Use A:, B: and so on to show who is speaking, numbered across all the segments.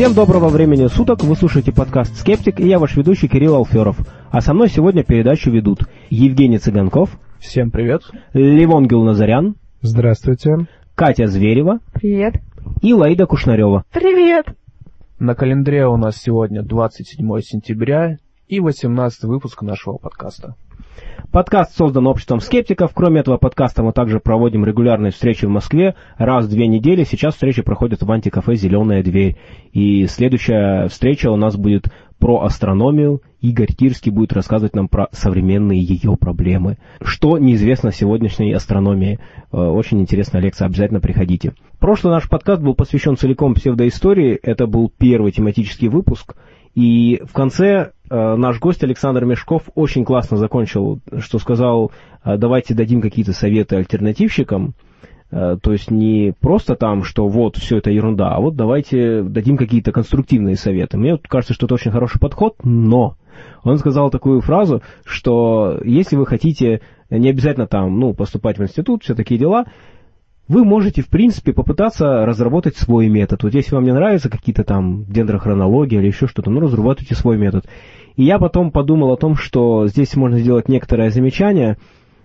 A: Всем доброго времени суток, вы слушаете подкаст «Скептик», и я ваш ведущий Кирилл Алферов. А со мной сегодня передачу ведут Евгений Цыганков.
B: Всем привет.
A: Левон Гюлназарян.
B: Здравствуйте.
A: Катя Зверева.
C: Привет.
A: И Лаида Кушнарева.
C: Привет.
B: На календаре у нас сегодня 27 сентября и 18 выпуск нашего подкаста.
A: Подкаст создан обществом скептиков. Кроме этого подкаста мы также проводим регулярные встречи в Москве раз в 2 недели. Сейчас встречи проходят в антикафе «Зеленая дверь». И следующая встреча у нас будет про астрономию. Игорь Кирский будет рассказывать нам про современные ее проблемы. Что неизвестно о сегодняшней астрономии. Очень интересная лекция, обязательно приходите. Прошлый наш подкаст был посвящен целиком псевдоистории. Это был первый тематический выпуск. И в конце наш гость Александр Мешков очень классно закончил, что сказал: давайте дадим какие-то советы альтернативщикам, то есть не просто там, что вот все это ерунда, а вот давайте дадим какие-то конструктивные советы. Мне кажется, что это очень хороший подход, но он сказал такую фразу, что если вы хотите не обязательно там, поступать в институт, все такие дела, вы можете, в принципе, попытаться разработать свой метод. Вот если вам не нравятся какие-то там дендрохронологии или еще что-то, разрабатывайте свой метод. И я потом подумал о том, что здесь можно сделать некоторое замечание,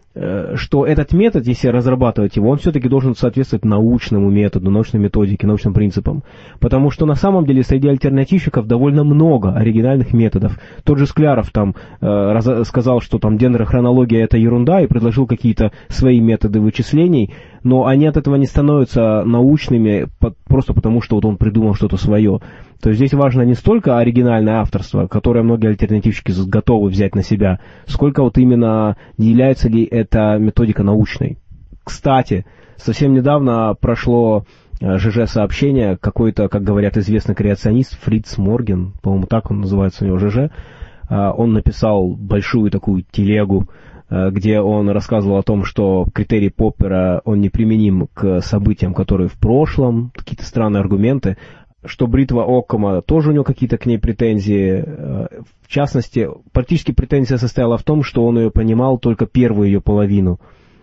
A: что этот метод, если разрабатывать его, он все-таки должен соответствовать научному методу, научной методике, научным принципам. Потому что на самом деле среди альтернативщиков довольно много оригинальных методов. Тот же Скляров там сказал, что там дендрохронология это ерунда, и предложил какие-то свои методы вычислений, но они от этого не становятся научными просто потому, что вот он придумал что-то свое. То есть здесь важно не столько оригинальное авторство, которое многие альтернативщики готовы взять на себя, сколько вот именно является ли эта методика научной. Кстати, совсем недавно прошло ЖЖ-сообщение, какой-то, как говорят, известный креационист Фриц Морген, по-моему, так он называется у него ЖЖ, он написал большую такую телегу, где он рассказывал о том, что критерий Поппера, он неприменим к событиям, которые в прошлом, какие-то странные аргументы, что бритва Оккама тоже у него какие-то к ней претензии. В частности, практически претензия состояла в том, что он ее понимал только первую ее половину,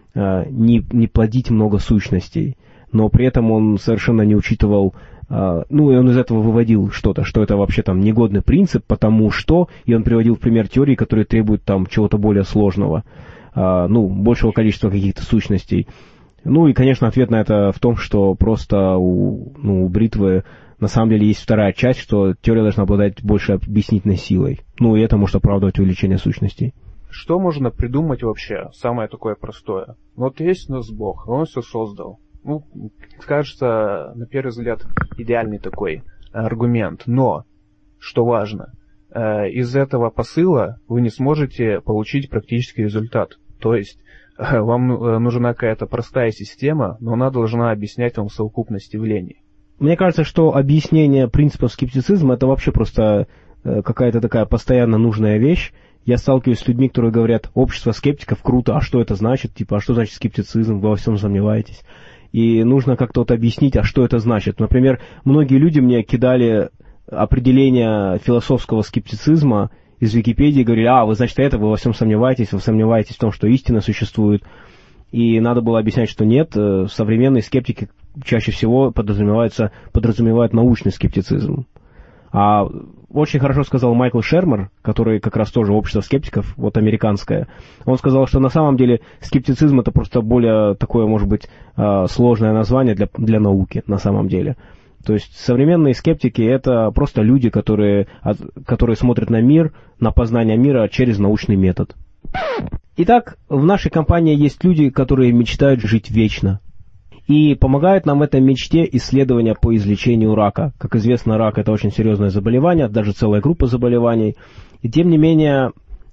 A: не плодить много сущностей. Но при этом он совершенно не учитывал, и он из этого выводил что-то, что это вообще там негодный принцип, потому что, и он приводил в пример теории, которые требуют там чего-то более сложного, большего количества каких-то сущностей. И, конечно, ответ на это в том, что просто у бритвы на самом деле есть вторая часть, что теория должна обладать больше объяснительной силой. И это может оправдывать увеличение сущностей.
B: Что можно придумать вообще? Самое такое простое. Вот есть у нас Бог, он все создал. Кажется, на первый взгляд, идеальный такой аргумент. Но, что важно, из этого посыла вы не сможете получить практический результат. То есть, вам нужна какая-то простая система, но она должна объяснять вам совокупность явлений.
A: Мне кажется, что объяснение принципов скептицизма это вообще просто какая-то такая постоянно нужная вещь. Я сталкиваюсь с людьми, которые говорят: общество скептиков круто, а что это значит? А что значит скептицизм? Вы во всем сомневаетесь. И нужно как-то объяснить, а что это значит. Например, многие люди мне кидали определение философского скептицизма из Википедии и говорили: вы, значит, вы во всем сомневаетесь, вы сомневаетесь в том, что истина существует. И надо было объяснять, что нет, современные скептики чаще всего подразумевают научный скептицизм. А очень хорошо сказал Майкл Шермер, который как раз тоже общество скептиков, вот американское. Он сказал, что на самом деле скептицизм это просто более такое, может быть, сложное название для науки на самом деле. То есть современные скептики это просто люди, которые смотрят на мир, на познание мира через научный метод. Итак, в нашей компании есть люди, которые мечтают жить вечно. И помогают нам в этой мечте исследования по излечению рака. Как известно, рак это очень серьезное заболевание, даже целая группа заболеваний. И тем не менее,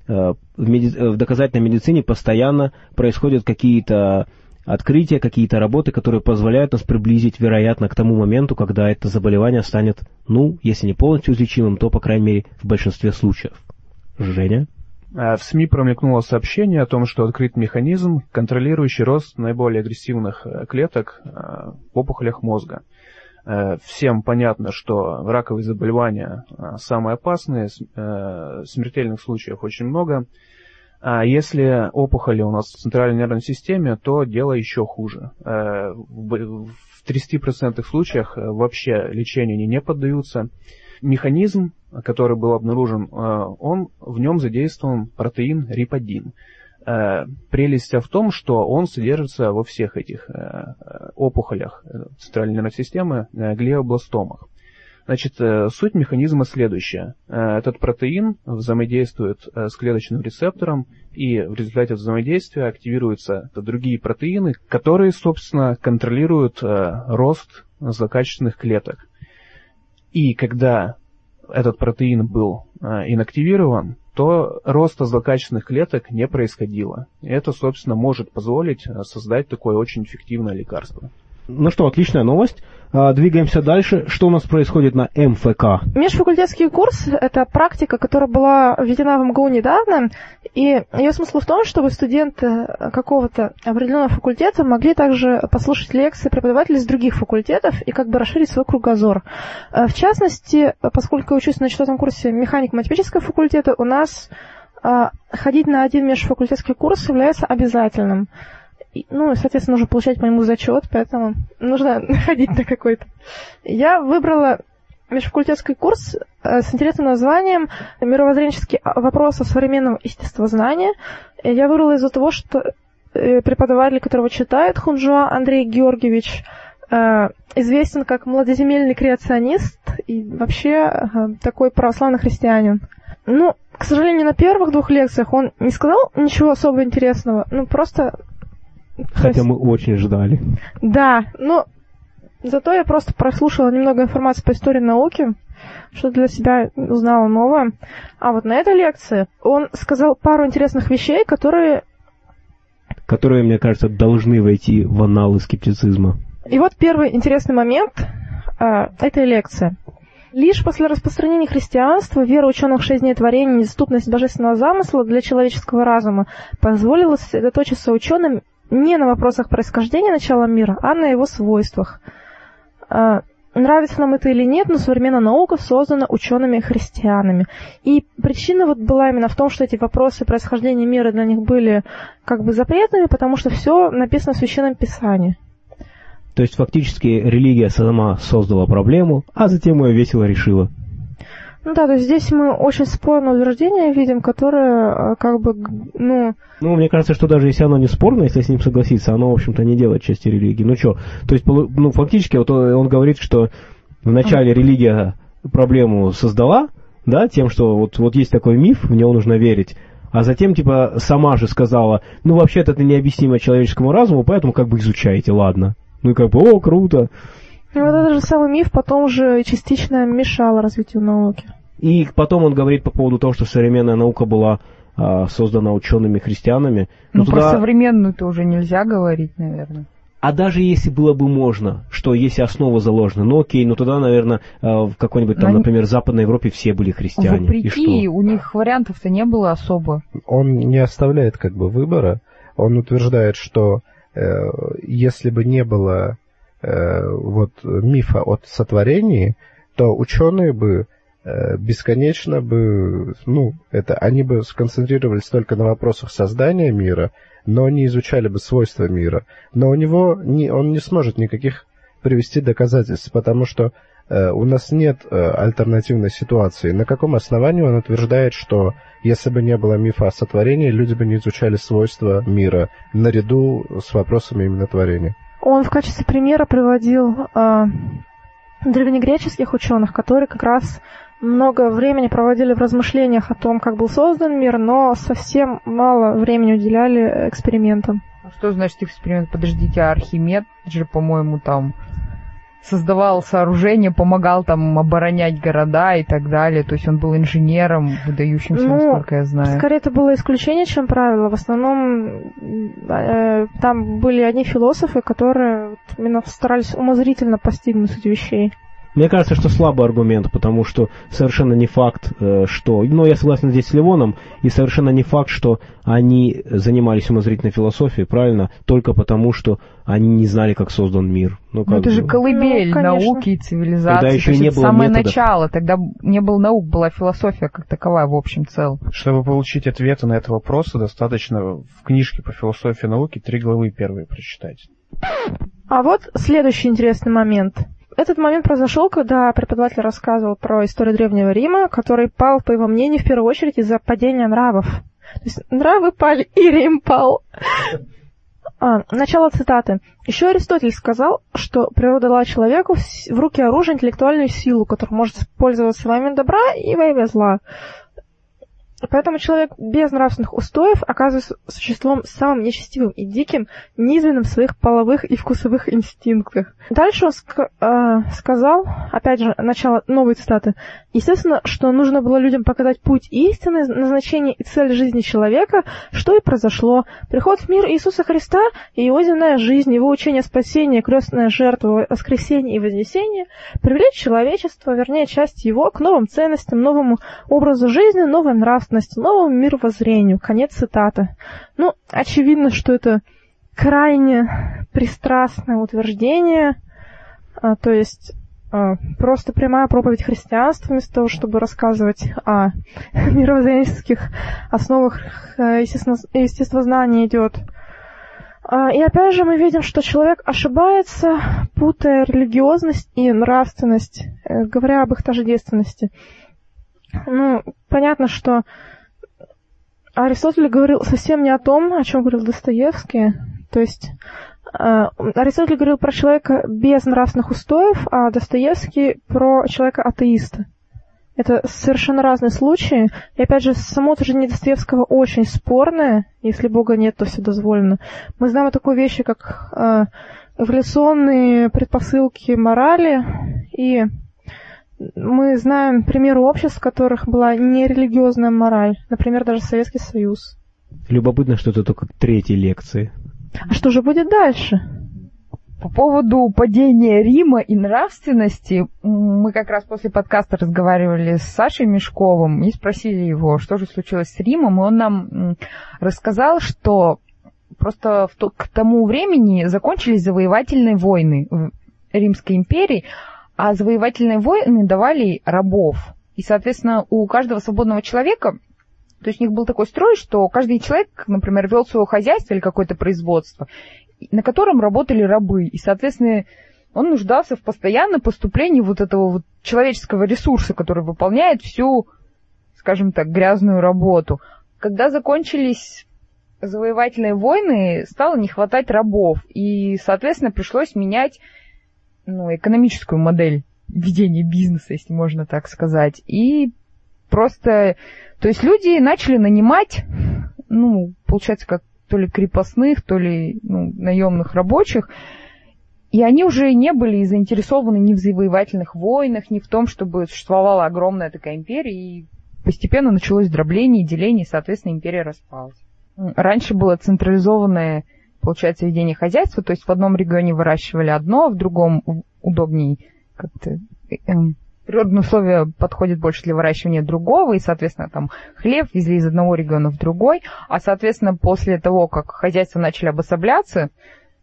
A: в доказательной медицине постоянно происходят какие-то открытия, какие-то работы, которые позволяют нас приблизить, вероятно, к тому моменту, когда это заболевание станет, если не полностью излечимым, то, по крайней мере, в большинстве случаев. Женя?
B: В СМИ промелькнуло сообщение о том, что открыт механизм, контролирующий рост наиболее агрессивных клеток в опухолях мозга. Всем понятно, что раковые заболевания самые опасные, смертельных случаев очень много. А если опухоли у нас в центральной нервной системе, то дело еще хуже. В в 30% случаях вообще лечению не поддаются. Механизм, который был обнаружен, в нем задействован протеин риподин. Прелесть в том, что он содержится во всех этих опухолях центральной нервной системы, глиобластомах. Значит, суть механизма следующая. Этот протеин взаимодействует с клеточным рецептором, и в результате взаимодействия активируются другие протеины, которые, собственно, контролируют рост злокачественных клеток. И когда этот протеин был инактивирован, то роста злокачественных клеток не происходило. И это, собственно, может позволить создать такое очень эффективное лекарство.
A: Ну что, отличная новость. Двигаемся дальше. Что у нас происходит на МФК?
C: Межфакультетский курс – это практика, которая была введена в МГУ недавно, и ее смысл в том, чтобы студенты какого-то определенного факультета могли также послушать лекции преподавателей из других факультетов и как бы расширить свой кругозор. В частности, поскольку я учусь на 4 курсе механико-математического факультета, у нас ходить на один межфакультетский курс является обязательным. Ну, соответственно, нужно получать по нему зачет, поэтому нужно ходить на какой-то. Я выбрала межфакультетский курс с интересным названием «Мировоззренческие вопросы современного естествознания». Я выбрала из-за того, что преподаватель, которого читает, Хунжуа Андрей Георгиевич, известен как младоземельный креационист и вообще такой православный христианин. Ну, к сожалению, на первых 2 лекциях он не сказал ничего особо интересного, ну, просто...
A: Хотя мы очень ждали.
C: Да, но зато я просто прослушала немного информации по истории науки, что для себя узнала новое. А вот на этой лекции он сказал пару интересных вещей, которые,
A: мне кажется, должны войти в анналы скептицизма.
C: И вот первый интересный момент этой лекции. Лишь после распространения христианства вера ученых в 6 дней творения и недоступность божественного замысла для человеческого разума позволила сосредоточиться ученым не на вопросах происхождения начала мира, а на его свойствах. Нравится нам это или нет, но современная наука создана учеными-христианами. И причина вот была именно в том, что эти вопросы происхождения мира для них были как бы запретными, потому что все написано в Священном Писании.
A: То есть фактически религия сама создала проблему, а затем ее весело решила.
C: Ну да, то есть здесь мы очень спорное утверждение видим, которое как бы, Ну,
A: мне кажется, что даже если оно не спорно, если с ним согласиться, оно, в общем-то, не делает части религии. Ну что, то есть, фактически вот он говорит, что вначале религия проблему создала, да, тем, что вот есть такой миф, в него нужно верить, а затем, типа, сама же сказала, ну, вообще-то это необъяснимо человеческому разуму, поэтому как бы изучайте, ладно. Ну, и как бы, о, круто.
C: И вот этот же самый миф потом же частично мешал развитию науки.
A: И потом он говорит по поводу того, что современная наука была создана учеными-христианами.
D: Ну, про современную-то уже нельзя говорить, наверное.
A: А даже если было бы можно, что если основа заложена, ну окей, ну тогда, наверное, в какой-нибудь там, например, Западной Европе все были христиане.
D: Вопреки, у них вариантов-то не было особо.
E: Он не оставляет как бы выбора. Он утверждает, что если бы не было мифа о сотворении, то ученые бы бесконечно бы, они бы сконцентрировались только на вопросах создания мира, но не изучали бы свойства мира. Но он не сможет никаких привести доказательств, потому что у нас нет альтернативной ситуации. На каком основании он утверждает, что если бы не было мифа о сотворении, люди бы не изучали свойства мира наряду с вопросами именно творения?
C: Он в качестве примера приводил древнегреческих ученых, которые как раз много времени проводили в размышлениях о том, как был создан мир, но совсем мало времени уделяли экспериментам.
D: А что значит эксперимент? Подождите, а Архимед же, по-моему, там создавал сооружения, помогал там оборонять города и так далее. То есть он был инженером, выдающимся, насколько я знаю.
C: Скорее, это было исключение, чем правило. В основном там были одни философы, которые именно старались умозрительно постигнуть эти вещей.
A: Мне кажется, что слабый аргумент, потому что совершенно не факт, что... я согласен здесь с Левоном, и совершенно не факт, что они занимались умозрительной философией, правильно? Только потому, что они не знали, как создан мир.
D: Это же колыбель науки и цивилизации.
A: Тогда еще не было
D: самое
A: методов.
D: Начало, тогда не было наук, была философия как таковая в общем целом.
B: Чтобы получить ответы на этот вопрос, достаточно в книжке по философии науки 3 главы первые прочитать.
C: А вот следующий интересный момент. Этот момент произошел, когда преподаватель рассказывал про историю Древнего Рима, который пал, по его мнению, в первую очередь из-за падения нравов. То есть нравы пали, и Рим пал. Начало цитаты. Еще Аристотель сказал, что природа дала человеку в руки оружие, интеллектуальную силу, которая может пользоваться во имя добра и во имя зла. Поэтому человек без нравственных устоев оказывается существом самым нечестивым и диким, низменным в своих половых и вкусовых инстинктах. Дальше он сказал, опять же, начало новой цитаты, естественно, что нужно было людям показать путь истины, назначение и цель жизни человека, что и произошло. Приход в мир Иисуса Христа и его земная жизнь, его учение спасения, крестная жертва, воскресение и вознесение привели человечество, вернее, часть его, к новым ценностям, новому образу жизни, новой нравственности, новому мировоззрению. Конец цитаты. Ну, очевидно, что это крайне пристрастное утверждение, то есть просто прямая проповедь христианства, вместо того, чтобы рассказывать о мировоззренческих основах естествознания идет. И опять же мы видим, что человек ошибается, путая религиозность и нравственность, говоря об их тождественности. Ну, понятно, что Аристотель говорил совсем не о том, о чем говорил Достоевский. То есть Аристотель говорил про человека без нравственных устоев, а Достоевский про человека-атеиста. Это совершенно разные случаи. И опять же, само утверждение Достоевского очень спорное. Если Бога нет, то все дозволено. Мы знаем о такой вещи, как эволюционные предпосылки морали, и мы знаем примеры обществ, в которых была нерелигиозная мораль. Например, даже Советский Союз.
A: Любопытно, что это только к третьей лекции.
C: А что же будет дальше?
D: По поводу падения Рима и нравственности, мы как раз после подкаста разговаривали с Сашей Мешковым и спросили его, что же случилось с Римом, и он нам рассказал, что просто к тому времени закончились завоевательные войны в Римской империи, а завоевательные войны давали рабов. И, соответственно, у каждого свободного человека, то есть у них был такой строй, что каждый человек, например, вел свое хозяйство или какое-то производство, на котором работали рабы. И, соответственно, он нуждался в постоянном поступлении вот этого вот человеческого ресурса, который выполняет всю, скажем так, грязную работу. Когда закончились завоевательные войны, стало не хватать рабов. И, соответственно, пришлось менять экономическую модель ведения бизнеса, если можно так сказать. И просто, то есть люди начали нанимать, получается, как то ли крепостных, то ли наемных рабочих, и они уже не были заинтересованы ни в завоевательных войнах, ни в том, чтобы существовала огромная такая империя, и постепенно началось дробление, деление, и, соответственно, империя распалась. Раньше было централизованное, получается, ведение хозяйства, то есть в одном регионе выращивали одно, в другом удобнее как-то природные условия подходят больше для выращивания другого, и, соответственно, там хлеб везли из одного региона в другой, а, соответственно, после того, как хозяйства начали обособляться,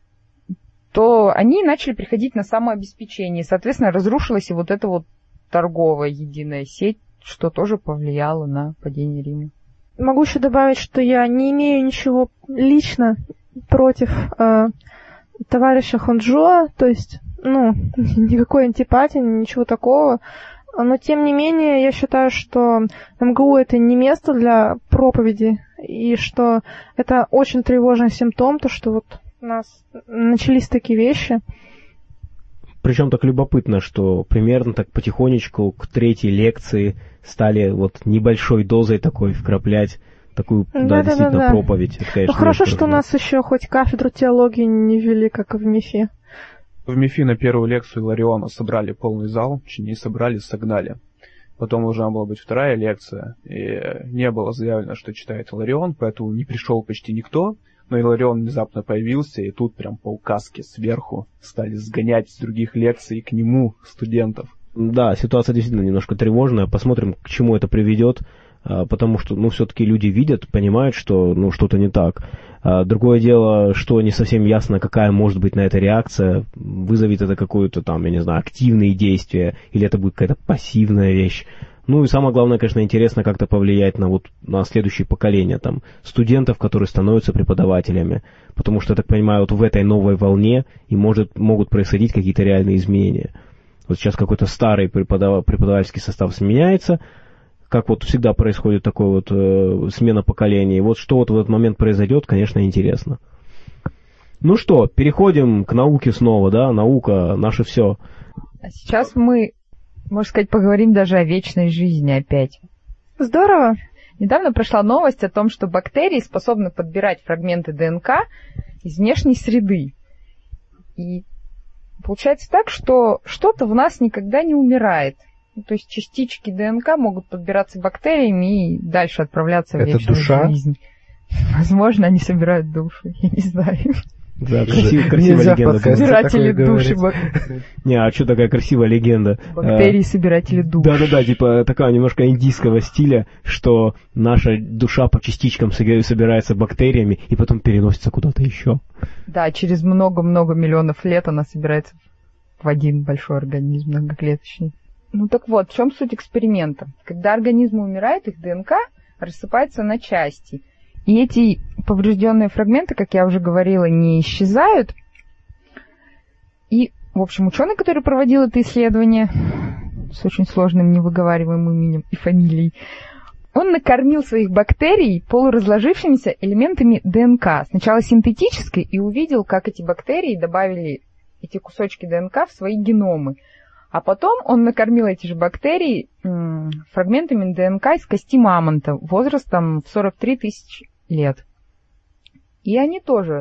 D: то они начали приходить на самообеспечение, соответственно, разрушилась и вот эта вот торговая единая сеть, что тоже повлияло на падение Рима.
C: Могу еще добавить, что я не имею ничего лично против товарища Хонджо, то есть, никакой антипатии, ничего такого. Но, тем не менее, я считаю, что МГУ — это не место для проповеди, и что это очень тревожный симптом, то, что вот у нас начались такие вещи.
A: Причем так любопытно, что примерно так потихонечку к третьей лекции стали вот небольшой дозой такой вкраплять такую, действительно, проповедь. Это, конечно,
C: хорошо, что у нас еще хоть кафедру теологии не ввели, как в МИФе.
B: В МИФе на первую лекцию Илариона собрали полный зал, не собрали, согнали. Потом должна была быть вторая лекция, и не было заявлено, что читает Иларион, поэтому не пришел почти никто. Но Иларион внезапно появился, и тут прям по указке сверху стали сгонять с других лекций к нему студентов.
A: Да, ситуация действительно немножко тревожная. Посмотрим, к чему это приведет, потому что, все-таки люди видят, понимают, что, что-то не так. Другое дело, что не совсем ясно, какая может быть на это реакция. Вызовет это какое-то там, я не знаю, активные действия, или это будет какая-то пассивная вещь. Ну и самое главное, конечно, интересно как-то повлиять на следующее поколение, там, студентов, которые становятся преподавателями. Потому что, я так понимаю, в этой новой волне и могут происходить какие-то реальные изменения. Вот сейчас какой-то старый преподавательский состав сменяется, как всегда происходит такой смена поколений. Вот что в этот момент произойдет, конечно, интересно. Ну что, переходим к науке снова, да, наука, наше все.
D: А сейчас мы, можно сказать, поговорим даже о вечной жизни опять.
C: Здорово.
D: Недавно прошла новость о том, что бактерии способны подбирать фрагменты ДНК из внешней среды. И получается так, что что-то в нас никогда не умирает. То есть частички ДНК могут подбираться бактериями и дальше отправляться в вечную жизнь. Возможно, они собирают душу, я не знаю.
A: Да, красивая легенда.
D: Собиратели души.
A: Не, а что такая красивая легенда?
D: Бактерии, собиратели душ.
A: Да-да-да, типа такая немножко индийского стиля, что наша душа по частичкам собирается бактериями и потом переносится куда-то еще.
D: Да, через много-много миллионов лет она собирается в один большой организм многоклеточный. Ну так вот, в чем суть эксперимента? Когда организм умирает, их ДНК рассыпается на части. И эти поврежденные фрагменты, как я уже говорила, не исчезают. И, в общем, ученый, который проводил это исследование с очень сложным невыговариваемым именем и фамилией, он накормил своих бактерий полуразложившимися элементами ДНК. Сначала синтетической, и увидел, как эти бактерии добавили эти кусочки ДНК в свои геномы. А потом он накормил эти же бактерии фрагментами ДНК из кости мамонта возрастом в 43 тысячи лет. И они тоже,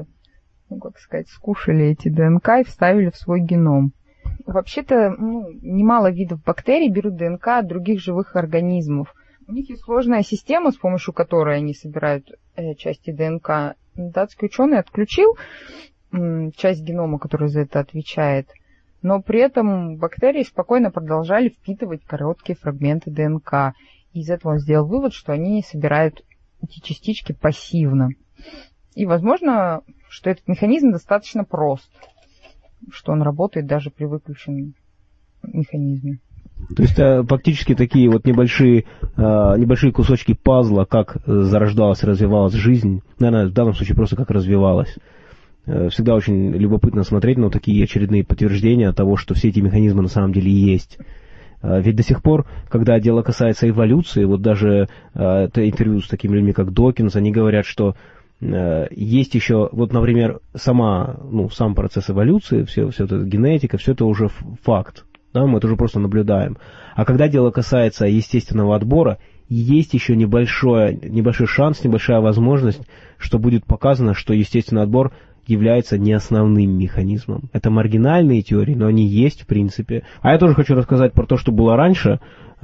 D: скушали эти ДНК и вставили в свой геном. Вообще-то, немало видов бактерий берут ДНК от других живых организмов. У них есть сложная система, с помощью которой они собирают части ДНК. Датский ученый отключил часть генома, которая за это отвечает. Но при этом бактерии спокойно продолжали впитывать короткие фрагменты ДНК. И из этого он сделал вывод, что они собирают эти частички пассивно. И возможно, что этот механизм достаточно прост, что он работает даже при выключенном механизме.
A: То есть фактически такие небольшие кусочки пазла, как зарождалась, развивалась жизнь, наверное, в данном случае просто как развивалась. Всегда очень любопытно смотреть на такие очередные подтверждения того, что все эти механизмы на самом деле есть. Ведь до сих пор, когда дело касается эволюции, даже это интервью с такими людьми, как Докинс, они говорят, что есть еще, например, сам процесс эволюции, все это генетика, все это уже факт. Да, мы это уже просто наблюдаем. А когда дело касается естественного отбора, есть еще небольшой шанс, небольшая возможность, что будет показано, что естественный отбор является не основным механизмом. Это маргинальные теории, но они есть в принципе. А я тоже хочу рассказать про то, что было раньше.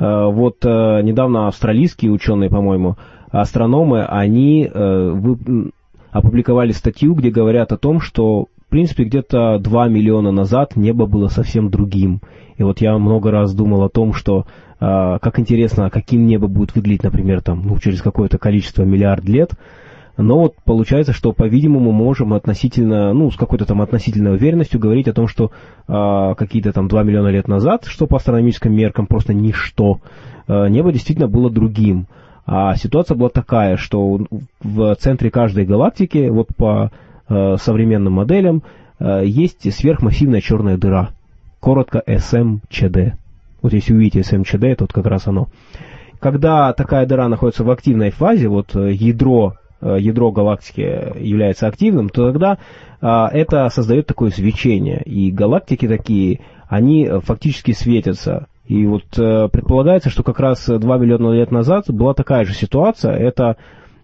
A: Недавно австралийские ученые, по-моему, астрономы, они опубликовали статью, где говорят о том, что в принципе где-то 2 миллиона назад небо было совсем другим. И я много раз думал о том, что как интересно, каким небо будет выглядеть, например, через какое-то количество миллиард лет. Но получается, что, по-видимому, можем с какой-то относительной уверенностью говорить о том, что какие-то 2 миллиона лет назад, что по астрономическим меркам просто ничто, небо действительно было другим. А ситуация была такая, что в центре каждой галактики, по современным моделям, есть сверхмассивная черная дыра, коротко СМЧД. Если увидите СМЧД, это как раз оно. Когда такая дыра находится в активной фазе, ядро галактики является активным, то тогда это создает такое свечение. И галактики такие, они фактически светятся. И предполагается, что как раз 2 миллиона лет назад была такая же ситуация. Это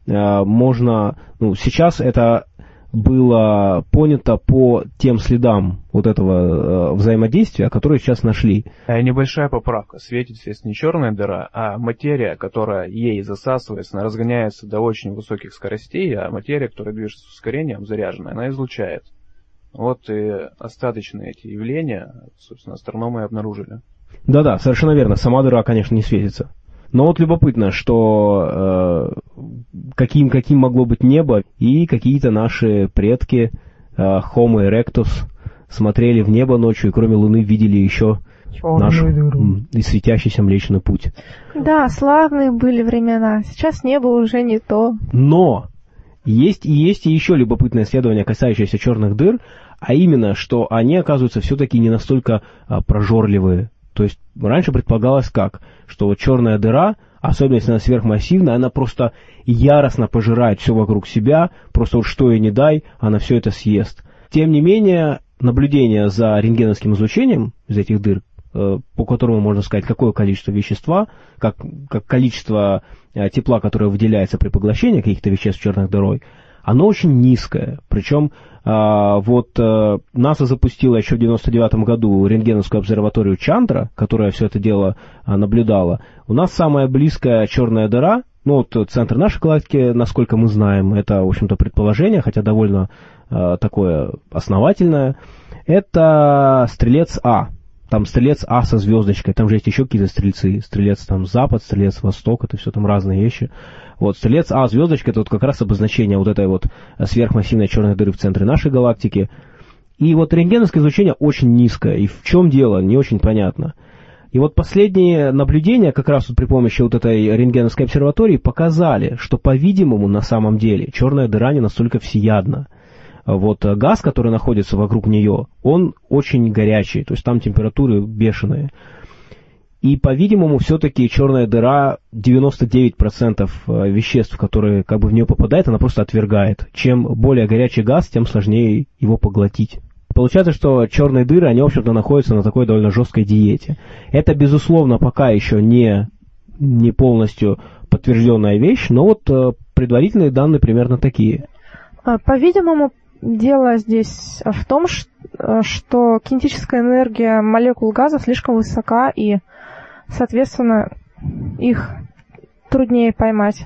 A: сейчас это было понято по тем следам этого взаимодействия, которые сейчас нашли.
B: Небольшая поправка. Светится не черная дыра, а материя, которая ей засасывается, она разгоняется до очень высоких скоростей, а материя, которая движется с ускорением, заряженная, она излучает. И остаточные эти явления, собственно, астрономы обнаружили.
A: Да-да, совершенно верно. Сама дыра, конечно, не светится. Но любопытно, что каким могло быть небо, и какие-то наши предки Homo erectus смотрели в небо ночью, и кроме Луны видели еще наш и светящийся Млечный Путь.
C: Да, славные были времена. Сейчас небо уже не то.
A: Но есть и еще любопытное исследование, касающееся черных дыр, а именно, что они, оказываются, все-таки не настолько прожорливые. То есть раньше предполагалось как? Что вот черная дыра, особенно если она сверхмассивная, она просто яростно пожирает все вокруг себя, просто вот что ей не дай, она все это съест. Тем не менее, наблюдение за рентгеновским излучением из этих дыр, по которому можно сказать, какое количество вещества, как количество тепла, которое выделяется при поглощении каких-то веществ черной дырой, оно очень низкое. Причем НАСА запустила еще в 1999 году рентгеновскую обсерваторию Чандра, которая все это дело наблюдала. У нас самая близкая черная дыра, центр нашей галактики, насколько мы знаем, это, в общем-то, предположение, хотя довольно такое основательное, это Стрелец А. Там Стрелец А со звездочкой, там же есть еще какие-то стрельцы. Стрелец там Запад, Стрелец Восток, это все там разные вещи. Стрелец А звездочка, это как раз обозначение вот этой сверхмассивной черной дыры в центре нашей галактики. И рентгеновское излучение очень низкое. И в чем дело, не очень понятно. И последние наблюдения, как раз при помощи этой рентгеновской обсерватории, показали, что, по-видимому, на самом деле, черная дыра не настолько всеядна. Газ, который находится вокруг нее, он очень горячий, то есть там температуры бешеные. И, по-видимому, все-таки черная дыра 99% веществ, которые в нее попадают, она просто отвергает. Чем более горячий газ, тем сложнее его поглотить. Получается, что черные дыры, они, в общем-то, находятся на такой довольно жесткой диете. Это, безусловно, пока еще не полностью подтвержденная вещь, но предварительные данные примерно такие.
C: По-видимому, дело здесь в том, что кинетическая энергия молекул газа слишком высока, и, соответственно, их труднее поймать.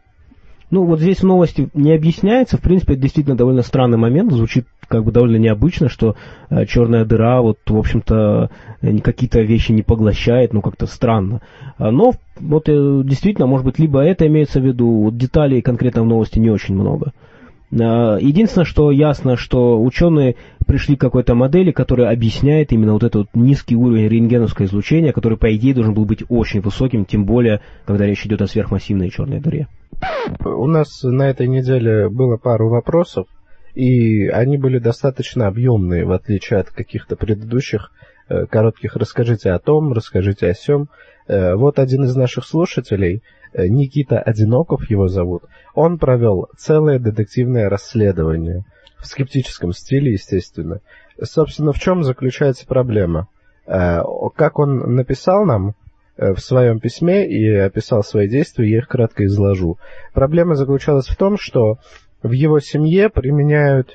A: Здесь в новости не объясняется. В принципе, это действительно довольно странный момент. Звучит довольно необычно, что черная дыра, в общем-то, какие-то вещи не поглощает, как-то странно. Но действительно, может быть, либо это имеется в виду, деталей конкретно в новости не очень много. Единственное, что ясно, что ученые пришли к какой-то модели, которая объясняет именно этот низкий уровень рентгеновского излучения, который, по идее, должен был быть очень высоким, тем более, когда речь идет о сверхмассивной черной дыре.
E: У нас на этой неделе было пару вопросов, и они были достаточно объемные, в отличие от каких-то предыдущих коротких «расскажите о том», «расскажите о сём». Один из наших слушателей, Никита Одиноков его зовут, он провел целое детективное расследование, в скептическом стиле, естественно. Собственно, в чем заключается проблема? Как он написал нам в своем письме и описал свои действия, я их кратко изложу. Проблема заключалась в том, что в его семье применяют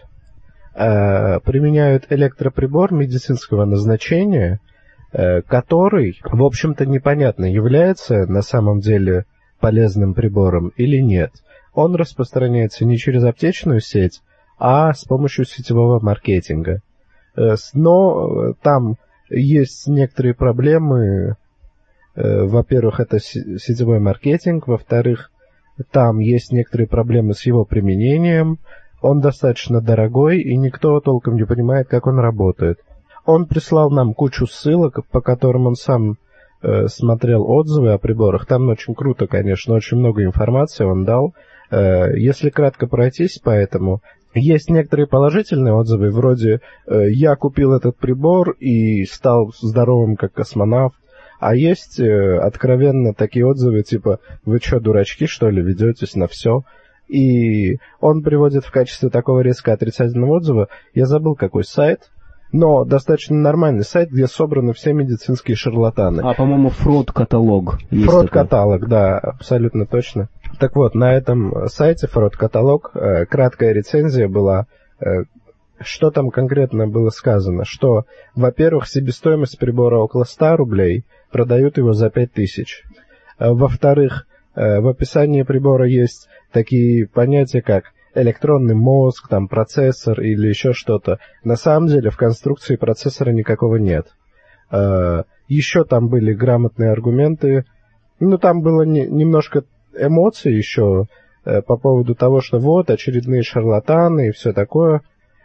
E: электроприбор медицинского назначения, который, в общем-то, непонятно, является на самом деле полезным прибором или нет. Он распространяется не через аптечную сеть, а с помощью сетевого маркетинга. Но там есть некоторые проблемы. Во-первых, это сетевой маркетинг. Во-вторых, там есть некоторые проблемы с его применением. Он достаточно дорогой, и никто толком не понимает, как он работает. Он прислал нам кучу ссылок, по которым он сам смотрел отзывы о приборах. Там очень круто, конечно, очень много информации он дал. Если кратко пройтись по этому, есть некоторые положительные отзывы, вроде «я купил этот прибор и стал здоровым, как космонавт», а есть откровенно такие отзывы, типа «вы что, дурачки, что ли, ведетесь на все?» И он приводит в качестве такого резко отрицательного отзыва, я забыл, какой сайт, но достаточно нормальный сайт, где собраны все медицинские шарлатаны.
A: По-моему, Фрод-каталог.
E: Фрод-каталог, да, абсолютно точно. Так вот, на этом сайте Фрод-каталог краткая рецензия была. Что там конкретно было сказано? Что, во-первых, себестоимость прибора около 100 рублей, продают его за 5000. Во-вторых, в описании прибора есть такие понятия, как электронный мозг, там, процессор или еще что-то. На самом деле в конструкции процессора никакого нет. Еще там были грамотные аргументы. Там было немножко эмоций еще по поводу того, что очередные шарлатаны и все такое.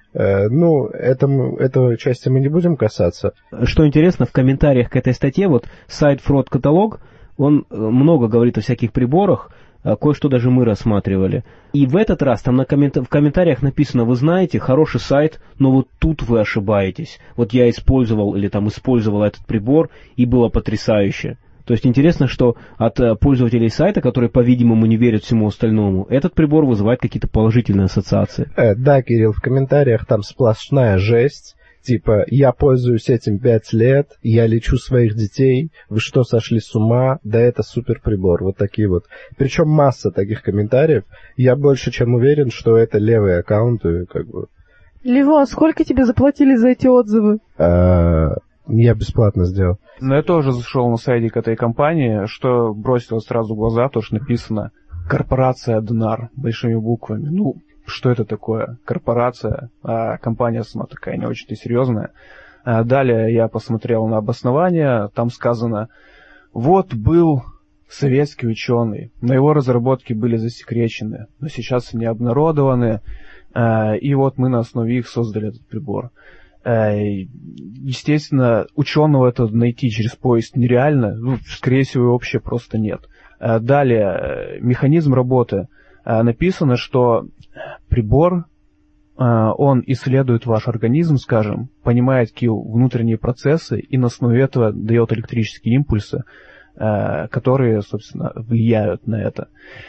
E: Эту части мы не будем касаться.
A: Что интересно, в комментариях к этой статье, вот сайт Fraud Catalog, он много говорит о всяких приборах, кое-что даже мы рассматривали. И в этот раз там в комментариях написано: вы знаете, хороший сайт, но вот тут вы ошибаетесь. Вот я использовал этот прибор, и было потрясающе. То есть интересно, что от пользователей сайта, которые, по-видимому, не верят всему остальному, этот прибор вызывает какие-то положительные ассоциации.
E: Да, Кирилл, в комментариях там сплошная жесть. Типа, я пользуюсь этим 5 лет, я лечу своих детей, вы что, сошли с ума? Да это супер прибор. Вот такие вот. Причем масса таких комментариев. Я больше чем уверен, что это левые аккаунты, как бы.
C: Левон, сколько тебе заплатили за эти отзывы?
E: Я бесплатно сделал.
B: Но я тоже зашел на сайтик этой компании, что бросилось сразу в глаза, то, что написано «Корпорация Донар» большими буквами. Ну, что это такое? Корпорация, а компания сама такая не очень-то серьезная. Далее я посмотрел на обоснование, там сказано: вот был советский ученый, но его разработки были засекречены, но сейчас они обнародованы, и вот мы на основе их создали этот прибор. Естественно, ученого это найти через поиск нереально, скорее всего, его вообще просто нет. Далее, механизм работы. Написано, что прибор, он исследует ваш организм, скажем, понимает какие внутренние процессы и на основе этого дает электрические импульсы, которые, собственно, влияют на это.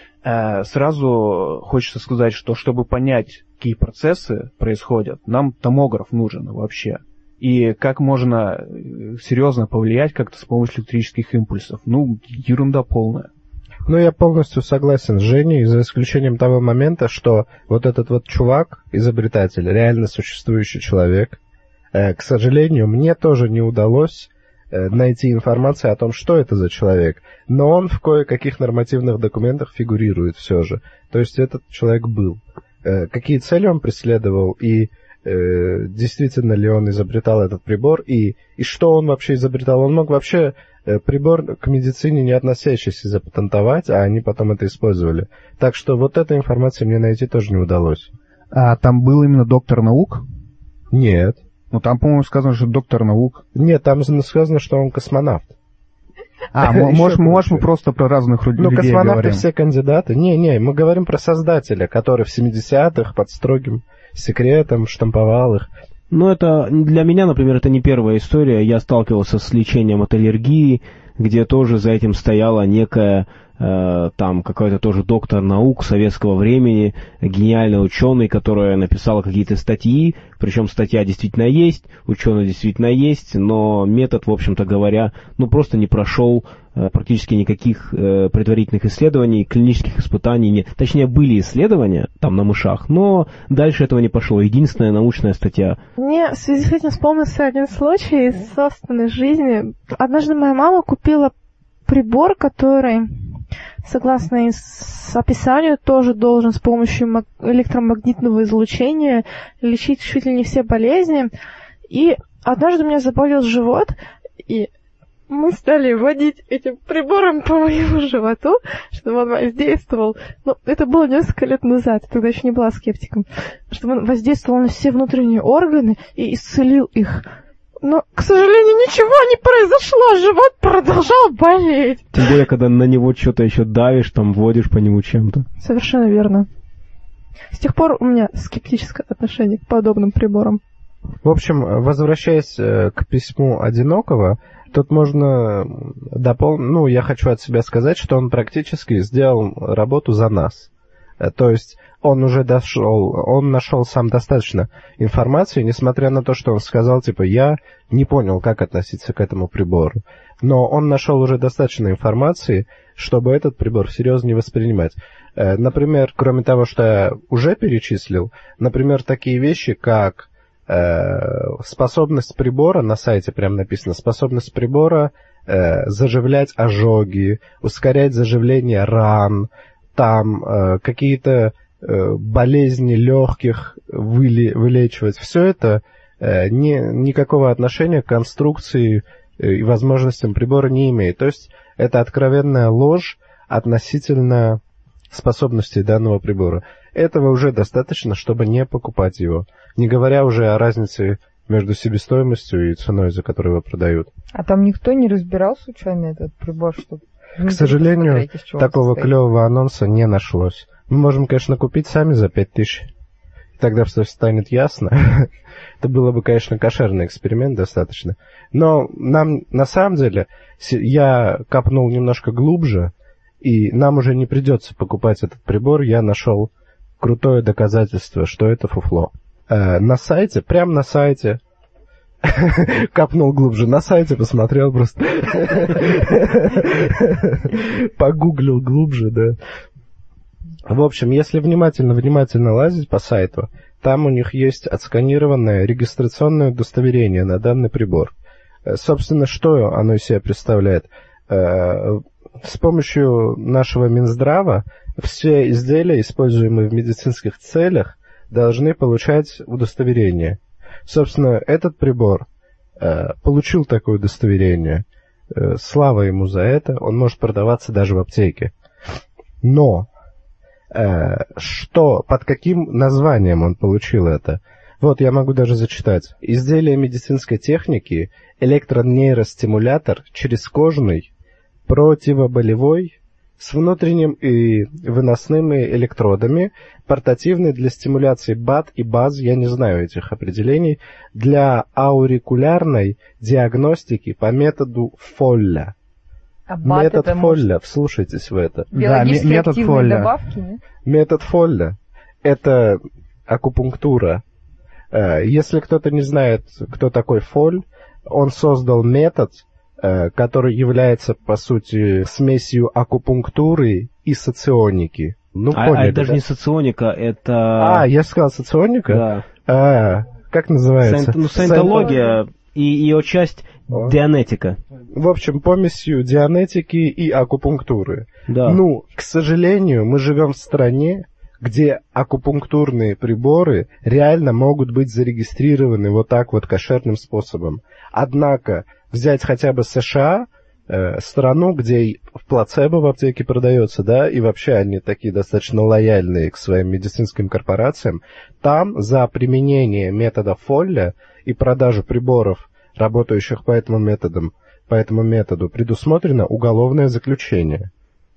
B: Сразу хочется сказать, что чтобы понять, какие процессы происходят, нам томограф нужен вообще. И как можно серьезно повлиять как-то с помощью электрических импульсов? Ну, ерунда полная.
E: Ну, я полностью согласен с Женей, за исключением того момента, что вот этот вот чувак, изобретатель, реально существующий человек, к сожалению, мне тоже не удалось найти информацию о том, что это за человек. Но он в кое-каких нормативных документах фигурирует все же. То есть этот человек был. Какие цели он преследовал и действительно ли он изобретал этот прибор и что он вообще изобретал. Он мог вообще прибор к медицине не относящийся запатентовать, а они потом это использовали. Так что вот этой информации мне найти тоже не удалось.
F: А там был именно доктор наук?
E: Нет.
F: Ну там, по-моему, сказано, что доктор наук.
E: Нет, там сказано, что он космонавт.
F: Может, мы просто про разных людей говорим.
E: Ну, космонавты все кандидаты. Не, мы говорим про создателя, который в 70-х под строгим секретом штамповал их.
A: Ну, это для меня, например, это не первая история. Я сталкивался с лечением от аллергии, где тоже за этим стояла некая, там, какой-то тоже доктор наук советского времени, гениальный ученый, которая написала какие-то статьи, причем статья действительно есть, ученый действительно есть, но метод, в общем-то говоря, просто не прошел практически никаких предварительных исследований, клинических испытаний нет. Точнее, были исследования там на мышах, но дальше этого не пошло. Единственная научная статья.
C: Мне в связи с этим вспомнился один случай из собственной жизни. Однажды моя мама купила прибор, который, согласно описанию, тоже должен с помощью электромагнитного излучения лечить чуть ли не все болезни. И однажды у меня заболел живот, и мы стали водить этим прибором по моему животу, чтобы он воздействовал. Это было несколько лет назад, тогда еще не была скептиком. Чтобы он воздействовал на все внутренние органы и исцелил их. Но, к сожалению, ничего не произошло, живот продолжал болеть.
A: Тем более, когда на него что-то еще давишь, там водишь по нему чем-то.
C: Совершенно верно. С тех пор у меня скептическое отношение к подобным приборам.
E: В общем, возвращаясь к письму Одинокого, тут можно дополнить, я хочу от себя сказать, что он практически сделал работу за нас. То есть он уже нашел сам достаточно информации, несмотря на то, что он сказал, я не понял, как относиться к этому прибору. Но он нашел уже достаточно информации, чтобы этот прибор всерьез не воспринимать. Например, кроме того, что я уже перечислил, например, такие вещи, как способность прибора, на сайте прям написано, способность прибора заживлять ожоги, ускорять заживление ран, там какие-то болезни легких вылечивать. Все это никакого отношения к конструкции и возможностям прибора не имеет. То есть это откровенная ложь относительно способностей данного прибора. этого уже достаточно, чтобы не покупать его. Не говоря уже о разнице между себестоимостью и ценой, за которую его продают.
D: А там никто не разбирал случайно этот прибор, чтобы...
E: К сожалению, такого клевого анонса не нашлось. Мы можем, конечно, купить сами за 5000. Тогда все станет ясно. Это было бы, конечно, кошерный эксперимент достаточно. Но нам, на самом деле, я копнул немножко глубже, и нам уже не придется покупать этот прибор. Я нашел крутое доказательство, что это фуфло. На сайте, прямо на сайте, копнул глубже, на сайте посмотрел просто. Погуглил глубже, да. В общем, если внимательно лазить по сайту, там у них есть отсканированное регистрационное удостоверение на данный прибор. Собственно, что оно из себя представляет? С помощью нашего Минздрава все изделия, используемые в медицинских целях, должны получать удостоверение. Собственно, этот прибор получил такое удостоверение. Слава ему за это. Он может продаваться даже в аптеке. Но под каким названием он получил это? Вот, я могу даже зачитать. Изделие медицинской техники, электронейростимулятор черезкожный, противоболевой, с внутренним и выносными электродами, портативный для стимуляции БАД и БАЗ, я не знаю этих определений, для аурикулярной диагностики по методу Фолля.
D: А БАД
E: метод
D: это
E: Фолля, вслушайтесь в это.
F: Да, метод Фолля.
D: Добавки, нет?
E: Метод Фолля – это акупунктура. Если кто-то не знает, кто такой Фоль, он создал метод, который является, по сути, смесью акупунктуры и соционики. Ну, поняли,
A: это даже
E: да?
A: не соционика, это...
E: я сказал соционика?
A: Да.
E: Как называется?
A: Саентология и ее часть дианетика.
E: В общем, помесью дианетики и акупунктуры.
A: Да.
E: Ну, к сожалению, мы живем в стране, где акупунктурные приборы реально могут быть зарегистрированы вот так вот кошерным способом. Однако взять хотя бы США, страну, где плацебо в аптеке продается, да, и вообще они такие достаточно лояльные к своим медицинским корпорациям, там за применение метода Фолля и продажу приборов, работающих по этому методу, предусмотрено уголовное заключение.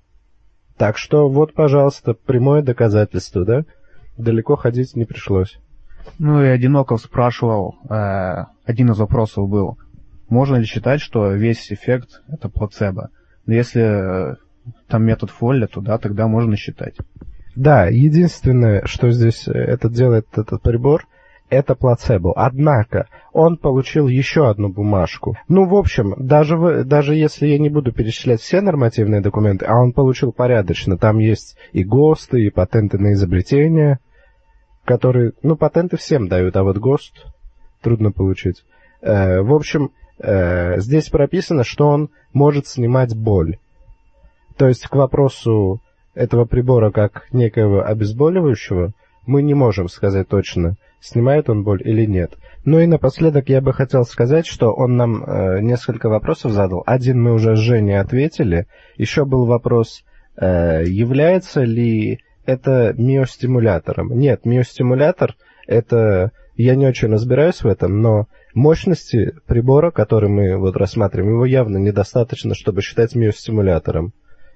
E: Так что вот, пожалуйста, прямое доказательство, да? Далеко ходить не пришлось.
F: Ну и Одиноков спрашивал, один из вопросов был, можно ли считать, что весь эффект — это плацебо? Но если там метод Фолля, то да, тогда можно считать.
E: Да, единственное, что здесь делает этот прибор, это плацебо. Однако он получил еще одну бумажку. Ну, в общем, даже если я не буду перечислять все нормативные документы, а он получил порядочно, там есть и ГОСТы, и патенты на изобретения, которые, патенты всем дают, а вот ГОСТ трудно получить. В общем, здесь прописано, что он может снимать боль. То есть к вопросу этого прибора как некого обезболивающего мы не можем сказать точно, снимает он боль или нет. Ну и напоследок я бы хотел сказать, что он нам несколько вопросов задал. Один мы уже с Женей ответили. Еще был вопрос, является ли это миостимулятором. Нет, миостимулятор — это... Я не очень разбираюсь в этом, но мощности прибора, который мы вот рассматриваем, его явно недостаточно, чтобы считать миостимулятором.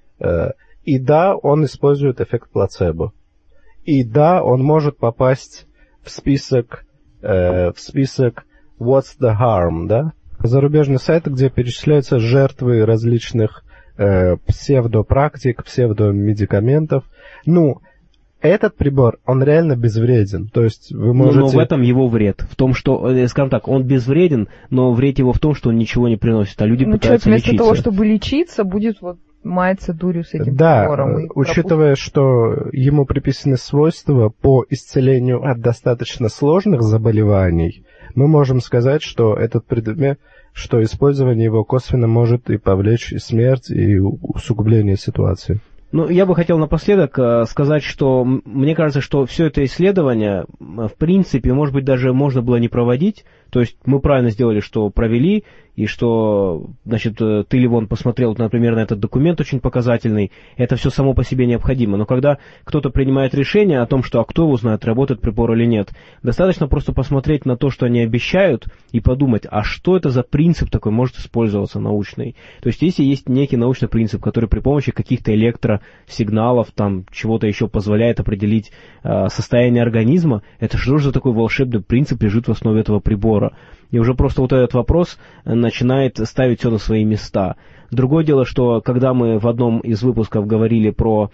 E: И да, он использует эффект плацебо. И да, он может попасть в список What's the Harm, да? Зарубежный сайт, где перечисляются жертвы различных псевдопрактик, псевдомедикаментов. Ну, этот прибор, он реально безвреден. То есть вы можете...
A: Но в этом его вред. В том, что, скажем так, он безвреден, но вред его в том, что он ничего не приносит, а люди пытаются лечиться.
D: Вместо того, чтобы лечиться, будет маяться дурью с этим прибором.
E: Да, учитывая, что ему приписаны свойства по исцелению от достаточно сложных заболеваний, мы можем сказать, что этот предмет, что использование его косвенно может и повлечь и смерть, и усугубление ситуации.
A: Ну, я бы хотел напоследок сказать, что мне кажется, что все это исследование, в принципе, может быть, даже можно было не проводить. То есть мы правильно сделали, что провели, и что, значит, ты, Ливон, посмотрел, например, на этот документ очень показательный, это все само по себе необходимо. Но когда кто-то принимает решение о том, что, а кто его знает, работает прибор или нет, достаточно просто посмотреть на то, что они обещают, и подумать, а что это за принцип такой может использоваться научный. То есть если есть некий научный принцип, который при помощи каких-то электросигналов, там, чего-то еще позволяет определить состояние организма, это что же за такой волшебный принцип лежит в основе этого прибора? И уже просто вот этот вопрос начинает ставить все на свои места. Другое дело, что когда мы в одном из выпусков говорили про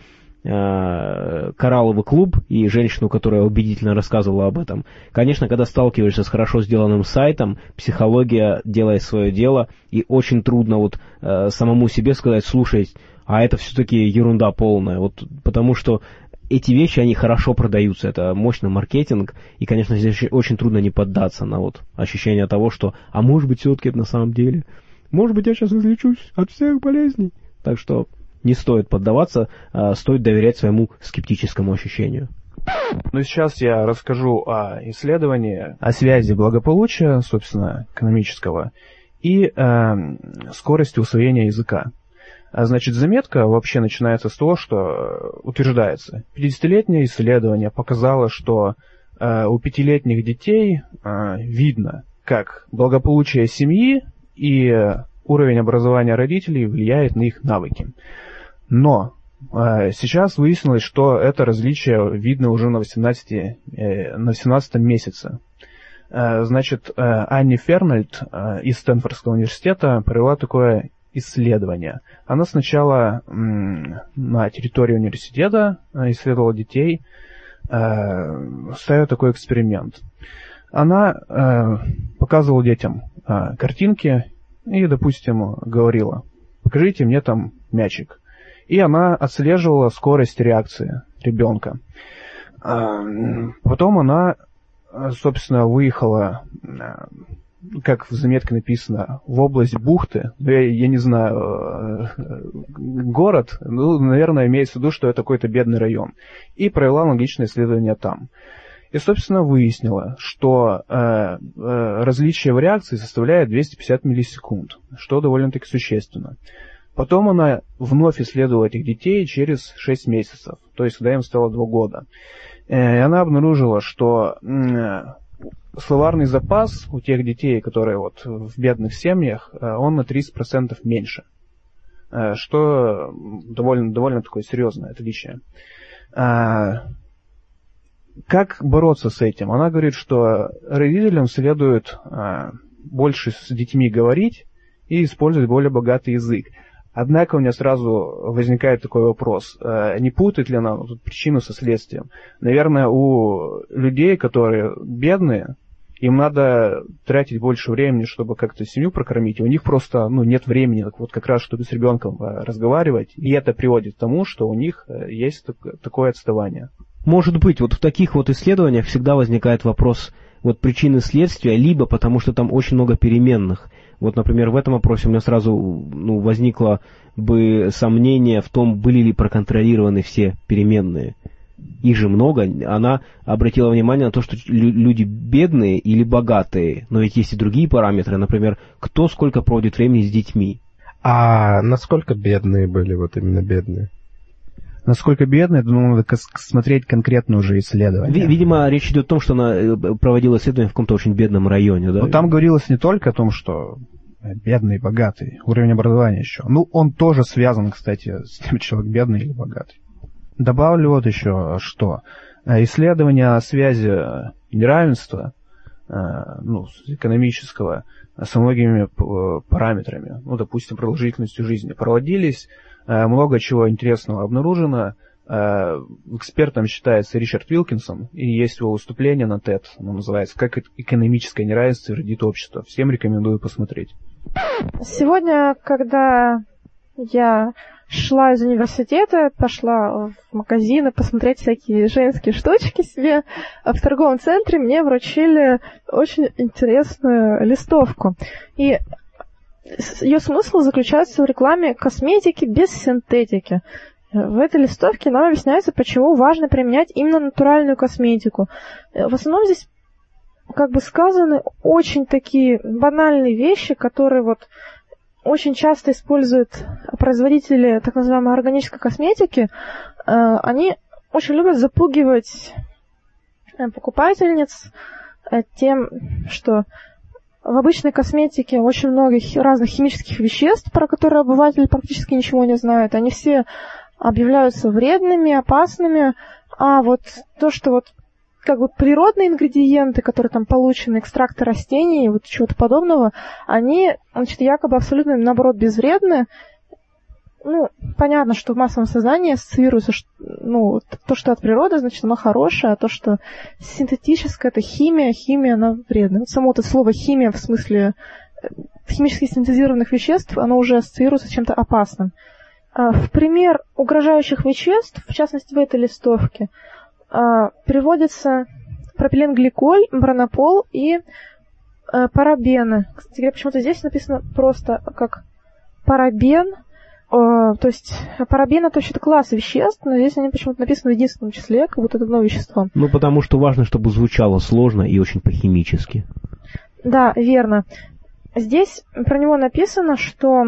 A: коралловый клуб и женщину, которая убедительно рассказывала об этом, конечно, когда сталкиваешься с хорошо сделанным сайтом, психология делает свое дело, и очень трудно вот самому себе сказать, слушай, а это все-таки ерунда полная, вот, потому что эти вещи, они хорошо продаются, это мощный маркетинг, и, конечно, здесь очень трудно не поддаться на вот ощущение того, что, а может быть, все-таки это на самом деле, может быть, я сейчас излечусь от всех болезней. Так что не стоит поддаваться, стоит доверять своему скептическому ощущению.
B: Ну, сейчас я расскажу о исследовании, о связи благополучия, собственно, экономического, и скорости усвоения языка. Значит, заметка вообще начинается с того, что утверждается. 50-летнее исследование показало, что у 5-летних детей видно, как благополучие семьи и уровень образования родителей влияет на их навыки. Но сейчас выяснилось, что это различие видно уже на 18 месяце. Значит, Анни Фернольд из Стэнфордского университета провела такое исследование. Она сначала на территории университета исследовала детей, ставила такой эксперимент. Она показывала детям картинки и, допустим, говорила, покажите мне там мячик. И она отслеживала скорость реакции ребенка. Потом она, собственно, выехала, как в заметке написано, в область бухты, я не знаю, город, ну, наверное, имеется в виду, что это какой-то бедный район, и провела аналогичное исследование там. И, собственно, выяснила, что различие в реакции составляет 250 миллисекунд, что довольно-таки существенно. Потом она вновь исследовала этих детей через 6 месяцев, то есть когда им стало 2 года. И она обнаружила, что словарный запас у тех детей, которые вот в бедных семьях, он на 30% меньше, что довольно такое серьезное отличие. Как бороться с этим? Она говорит, что родителям следует больше с детьми говорить и использовать более богатый язык. Однако у меня сразу возникает такой вопрос, не путает ли она тут причину со следствием? Наверное, у людей, которые бедные, им надо тратить больше времени, чтобы как-то семью прокормить, и у них просто нет времени вот как раз, чтобы с ребенком разговаривать, и это приводит к тому, что у них есть такое отставание.
A: Может быть, вот в таких вот исследованиях всегда возникает вопрос вот причины следствия, либо потому что там очень много переменных. Вот, например, в этом вопросе у меня сразу возникло бы сомнение в том, были ли проконтролированы все переменные. Их же много. Она обратила внимание на то, что люди бедные или богатые, но ведь есть и другие параметры, например, кто сколько проводит времени с детьми.
E: А насколько бедные были, вот именно бедные?
F: Насколько бедные, думаю, надо смотреть конкретное уже исследование.
A: Видимо, речь идет о том, что она проводила исследование в каком-то очень бедном районе, да?
F: Но там говорилось не только о том, что бедный и богатый, уровень образования еще. Он тоже связан, кстати, с тем, человек бедный или богатый. Добавлю вот еще что. Исследования о связи неравенства, экономического, со многими параметрами, допустим, продолжительностью жизни, проводились. Много чего интересного обнаружено. Экспертом считается Ричард Вилкинсон, и есть его выступление на TED, оно называется «Как экономическое неравенство вредит обществу». Всем рекомендую посмотреть.
C: Сегодня, когда я шла из университета, пошла в магазины посмотреть всякие женские штучки себе, в торговом центре мне вручили очень интересную листовку. И ее смысл заключается в рекламе косметики без синтетики. В этой листовке нам объясняется, почему важно применять именно натуральную косметику. В основном здесь как бы сказаны очень такие банальные вещи, которые вот очень часто используют производители так называемой органической косметики. Они очень любят запугивать покупательниц тем, что в обычной косметике очень много разных химических веществ, про которые обыватель практически ничего не знает. Они все объявляются вредными, опасными, а вот то, что вот как бы природные ингредиенты, которые там получены, экстракты растений, вот чего-то подобного, они, значит, якобы абсолютно, наоборот, безвредны. Ну, понятно, что в массовом сознании ассоциируется, ну, то, что от природы, значит, оно хорошее, а то, что синтетическое, это химия, она вредна. Вот само это слово химия, в смысле химически синтезированных веществ, оно уже ассоциируется с чем-то опасным. В пример угрожающих веществ, в частности, в этой листовке, приводится пропиленгликоль, бронопол и парабены. Кстати, почему-то здесь написано просто как парабен. То есть парабен — это вообще-то класс веществ, но здесь они почему-то написаны в единственном числе, как будто это одно вещество.
A: Ну, потому что важно, чтобы звучало сложно и очень по-химически.
C: Да, верно. Здесь про него написано, что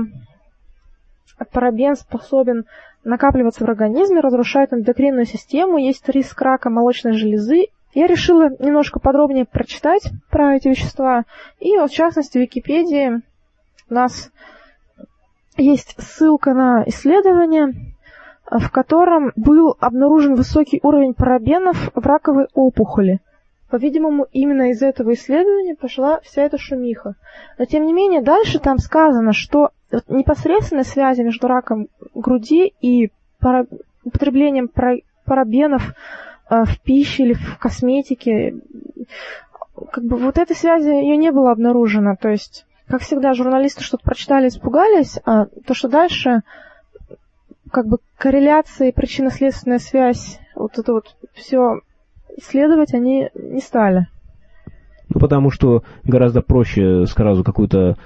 C: парабен способен накапливаться в организме, разрушает эндокринную систему, есть риск рака молочной железы. Я решила немножко подробнее прочитать про эти вещества. И вот, в частности, в Википедии у нас есть ссылка на исследование, в котором был обнаружен высокий уровень парабенов в раковой опухоли. По-видимому, именно из этого исследования пошла вся эта шумиха. Но, тем не менее, дальше там сказано, что непосредственной связи между раком груди и употреблением парабенов в пище или в косметике, как бы вот этой связи ее не было обнаружено. То есть, как всегда, журналисты что-то прочитали, испугались, а то, что дальше, как бы корреляция и причинно-следственная связь, вот это вот все исследовать они не стали.
A: Ну, потому что гораздо проще сразу какое-то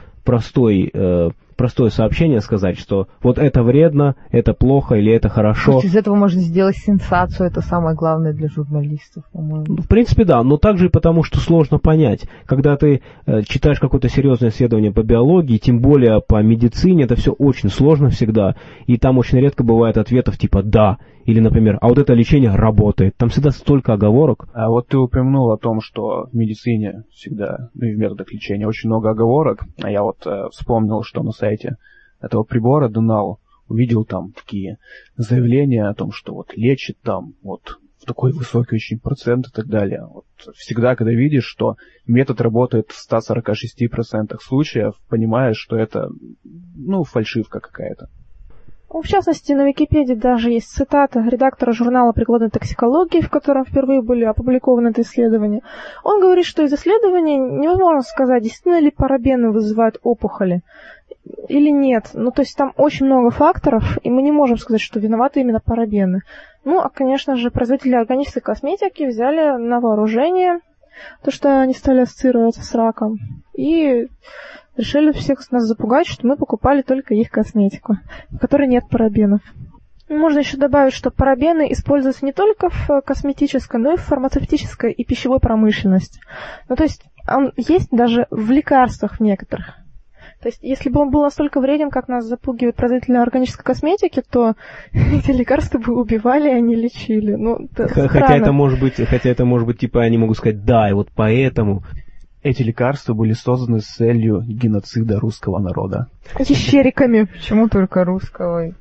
A: простое сообщение сказать, что вот это вредно, это плохо или это хорошо.
D: Из этого можно сделать сенсацию, это самое главное для журналистов, по-моему.
A: В принципе, да, но также и потому, что сложно понять. Когда ты читаешь какое-то серьезное исследование по биологии, тем более по медицине, это все очень сложно всегда, и там очень редко бывает ответов типа «да», или, например, «а вот это лечение работает». Там всегда столько оговорок.
B: А вот ты упомянул о том, что в медицине всегда, ну и в методах лечения очень много оговорок. А я вот вспомнил, что на сайте этого прибора Denal увидел там такие заявления о том, что вот лечит там вот в такой высокий очень процент и так далее. Вот всегда, когда видишь, что метод работает в 146% случаев, понимаешь, что это, ну, фальшивка какая-то.
C: В частности, на Википедии даже есть цитата редактора журнала прикладной токсикологии, в котором впервые были опубликованы это исследование. Он говорит, что из исследования невозможно сказать, действительно ли парабены вызывают опухоли или нет. Ну, то есть там очень много факторов, и мы не можем сказать, что виноваты именно парабены. Ну, а, конечно же, производители органической косметики взяли на вооружение то, что они стали ассоциироваться с раком, и решили всех нас запугать, что мы покупали только их косметику, в которой нет парабенов. Можно еще добавить, что парабены используются не только в косметической, но и в фармацевтической и пищевой промышленности. Ну, то есть он есть даже в лекарствах некоторых. То есть, если бы он был настолько вреден, как нас запугивают производители органической косметики, то эти лекарства бы убивали, а не лечили. Ну,
A: хотя это может быть, типа, они могут сказать, да, и вот поэтому.
B: Эти лекарства были созданы с целью геноцида русского народа.
C: Ящериками.
D: Почему только русского?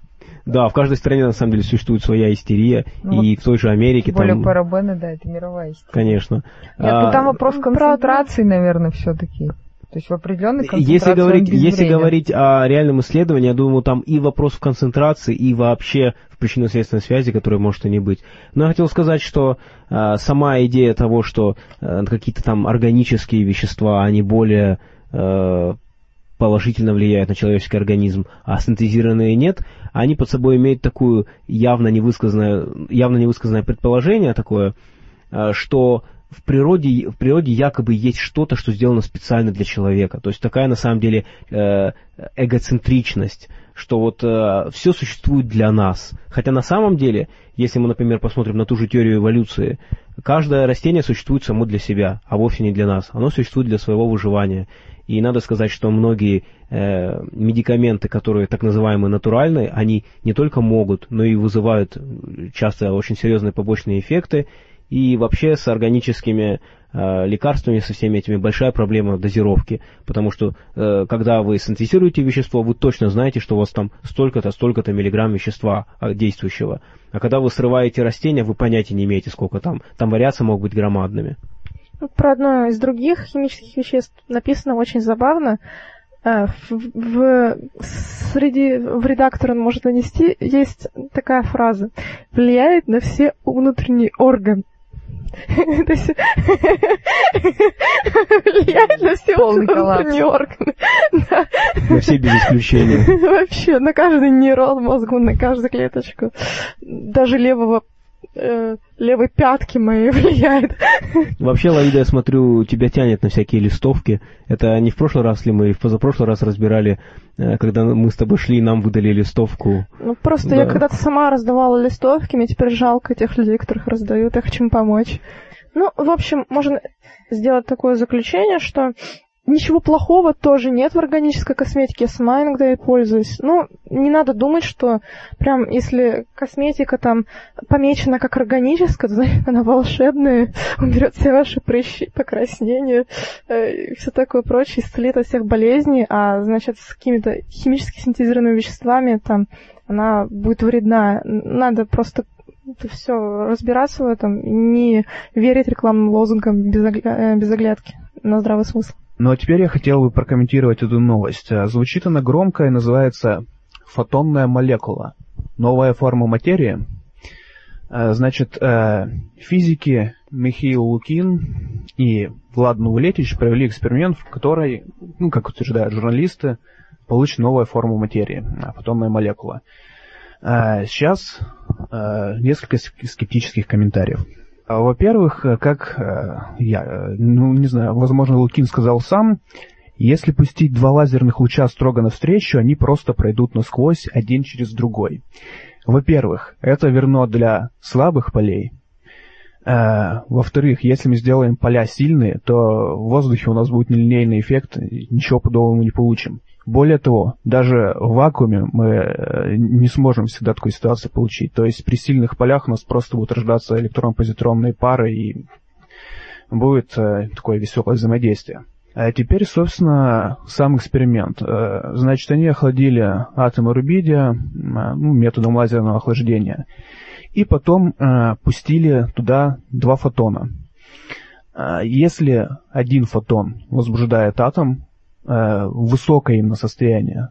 A: Да, в каждой стране, на самом деле, существует своя истерия, ну, и в той же Америке
D: более
A: там...
D: парабены, да, это мировая истерия.
A: Конечно.
D: Нет, ну там вопрос концентрации, наверное, все-таки. То есть в определенной концентрации
A: если говорить о реальном исследовании, я думаю, там и вопрос в концентрации, и вообще в причинно-следственной связи, которая может и не быть. Но я хотел сказать, что сама идея того, что какие-то там органические вещества, они более положительно влияют на человеческий организм, а синтезированные нет, они под собой имеют такое явно невысказанное предположение такое, что в природе якобы есть что-то, что сделано специально для человека. То есть такая на самом деле эгоцентричность, что вот все существует для нас. Хотя на самом деле, если мы, например, посмотрим на ту же теорию эволюции, каждое растение существует само для себя, а вовсе не для нас. Оно существует для своего выживания. И надо сказать, что многие медикаменты, которые так называемые натуральные, они не только могут, но и вызывают часто очень серьезные побочные эффекты. И вообще с органическими лекарствами, со всеми этими большая проблема дозировки. Потому что когда вы синтезируете вещество, вы точно знаете, что у вас там столько-то миллиграмм вещества действующего. А когда вы срываете растения, вы понятия не имеете, сколько там. Там вариации могут быть громадными.
C: Про одно из других химических веществ написано очень забавно. В редактор он может нанести, есть такая фраза: влияет на все внутренние органы. То есть влияет на все внутренние органы.
A: На все без исключения.
C: Вообще, на каждый нейрон мозга, на каждую клеточку. Даже левой пятки моей влияет.
A: Вообще, Лаида, я смотрю, тебя тянет на всякие листовки. Это не в прошлый раз ли мы, в позапрошлый раз разбирали, когда мы с тобой шли, и нам выдали листовку.
C: Ну, просто я когда-то сама раздавала листовки, мне теперь жалко тех людей, которых раздают, я хочу им помочь. Ну, в общем, можно сделать такое заключение, что ничего плохого тоже нет в органической косметике, я сама иногда ей пользуюсь. Ну, не надо думать, что прям если косметика там помечена как органическая, то, значит, она волшебная, уберет все ваши прыщи, покраснения и все такое прочее, исцелит от всех болезней, а, значит, с какими-то химически синтезированными веществами там она будет вредна. Надо просто это все разбираться в этом, не верить рекламным лозунгам без оглядки на здравый смысл.
B: Ну а теперь я хотел бы прокомментировать эту новость. Звучит она громко и называется «фотонная молекула». Новая форма материи. Значит, физики Михаил Лукин и Влад Новолетич провели эксперимент, в которой, как утверждают журналисты, получена новая форма материи, фотонная молекула. Сейчас несколько скептических комментариев. Во-первых, как не знаю, возможно, Лукин сказал сам, если пустить два лазерных луча строго навстречу, они просто пройдут насквозь один через другой. Во-первых, это верно для слабых полей. Во-вторых, если мы сделаем поля сильные, то в воздухе у нас будет нелинейный эффект, ничего подобного мы не получим. Более того, даже в вакууме мы не сможем всегда такую ситуацию получить. То есть при сильных полях у нас просто будут рождаться электрон-позитронные пары и будет такое веселое взаимодействие. А теперь, собственно, сам эксперимент. Значит, они охладили атомы рубидия методом лазерного охлаждения. И потом пустили туда два фотона. Если один фотон возбуждает атом, высокое именно состояние,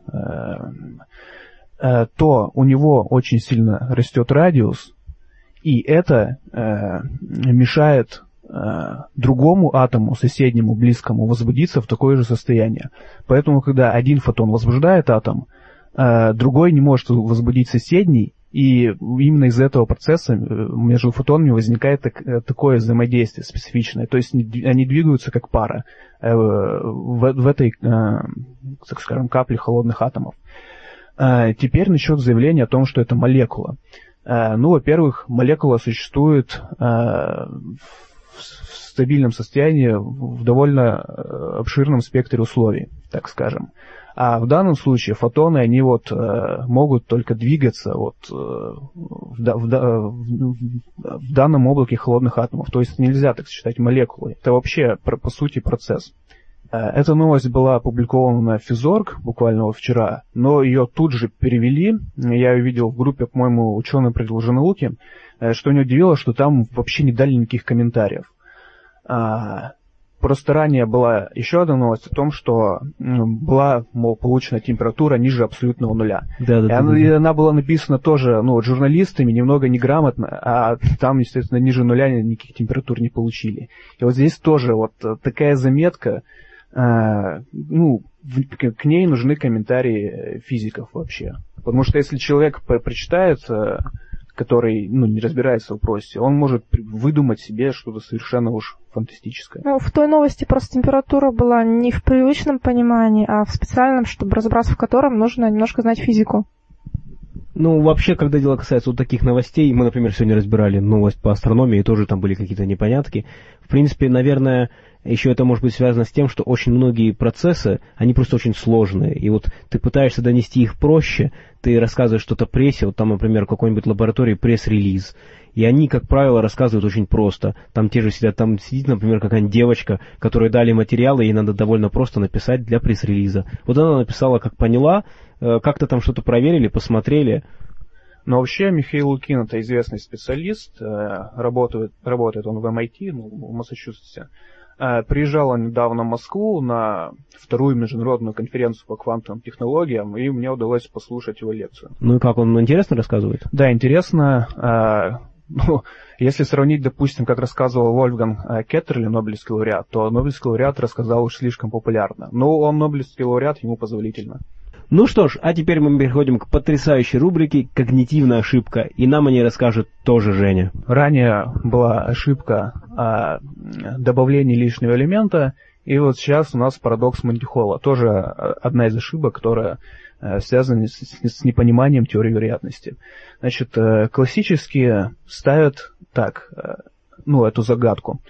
B: то у него очень сильно растет радиус, и это мешает другому атому, соседнему, близкому, возбудиться в такое же состояние. Поэтому, когда один фотон возбуждает атом, другой не может возбудить соседний, и именно из этого процесса между фотонами возникает такое взаимодействие специфичное. То есть они двигаются как пара в этой, так скажем, капле холодных атомов. Теперь насчет заявления о том, что это молекула. Во-первых, молекула существует в стабильном состоянии в довольно обширном спектре условий, так скажем. А в данном случае фотоны, они могут только двигаться в данном облаке холодных атомов. То есть нельзя так считать молекулой. Это вообще, по сути, процесс. Эта новость была опубликована на Физорг буквально вчера, но ее тут же перевели. Я ее видел в группе, по-моему, ученые предложили науки. Что меня удивило, что там вообще не дали никаких комментариев. Просто ранее была еще одна новость о том, что была, получена температура ниже абсолютного нуля. И она была написана тоже журналистами, немного неграмотно, а там, естественно, ниже нуля никаких температур не получили. И вот здесь тоже такая заметка, к ней нужны комментарии физиков вообще. Потому что если человек прочитает который не разбирается в вопросе, он может выдумать себе что-то совершенно уж фантастическое.
C: Ну, в той новости просто температура была не в привычном понимании, а в специальном, чтобы разобраться в котором нужно немножко знать физику.
A: Ну, вообще, когда дело касается вот таких новостей, мы, например, сегодня разбирали новость по астрономии, и тоже там были какие-то непонятки. В принципе, наверное, еще это может быть связано с тем, что очень многие процессы, они просто очень сложные. И вот ты пытаешься донести их проще, ты рассказываешь что-то прессе, вот там, например, в какой-нибудь лаборатории пресс-релиз, и они, как правило, рассказывают очень просто. Там те же сидят, там сидит, например, какая-нибудь девочка, которой дали материалы, ей надо довольно просто написать для пресс-релиза. Вот она написала, как поняла, как-то там что-то проверили, посмотрели.
B: Но вообще Михаил Лукин — это известный специалист, работает он в MIT, в Массачусетсе. Приезжал он недавно в Москву на вторую международную конференцию по квантовым технологиям, и мне удалось послушать его лекцию.
A: Ну и как, он интересно рассказывает?
B: Да, интересно. Если сравнить, допустим, как рассказывал Вольфганг Кеттерли, Нобелевский лауреат, то Нобелевский лауреат рассказал уж слишком популярно. Но он Нобелевский лауреат, ему позволительно.
A: Ну что ж, а теперь мы переходим к потрясающей рубрике «Когнитивная ошибка», и нам о ней расскажет тоже Женя.
B: Ранее была ошибка о добавлении лишнего элемента, и вот сейчас у нас парадокс Монти-Холла. Тоже одна из ошибок, которая связана с непониманием теории вероятности. Значит, классически ставят так, эту загадку.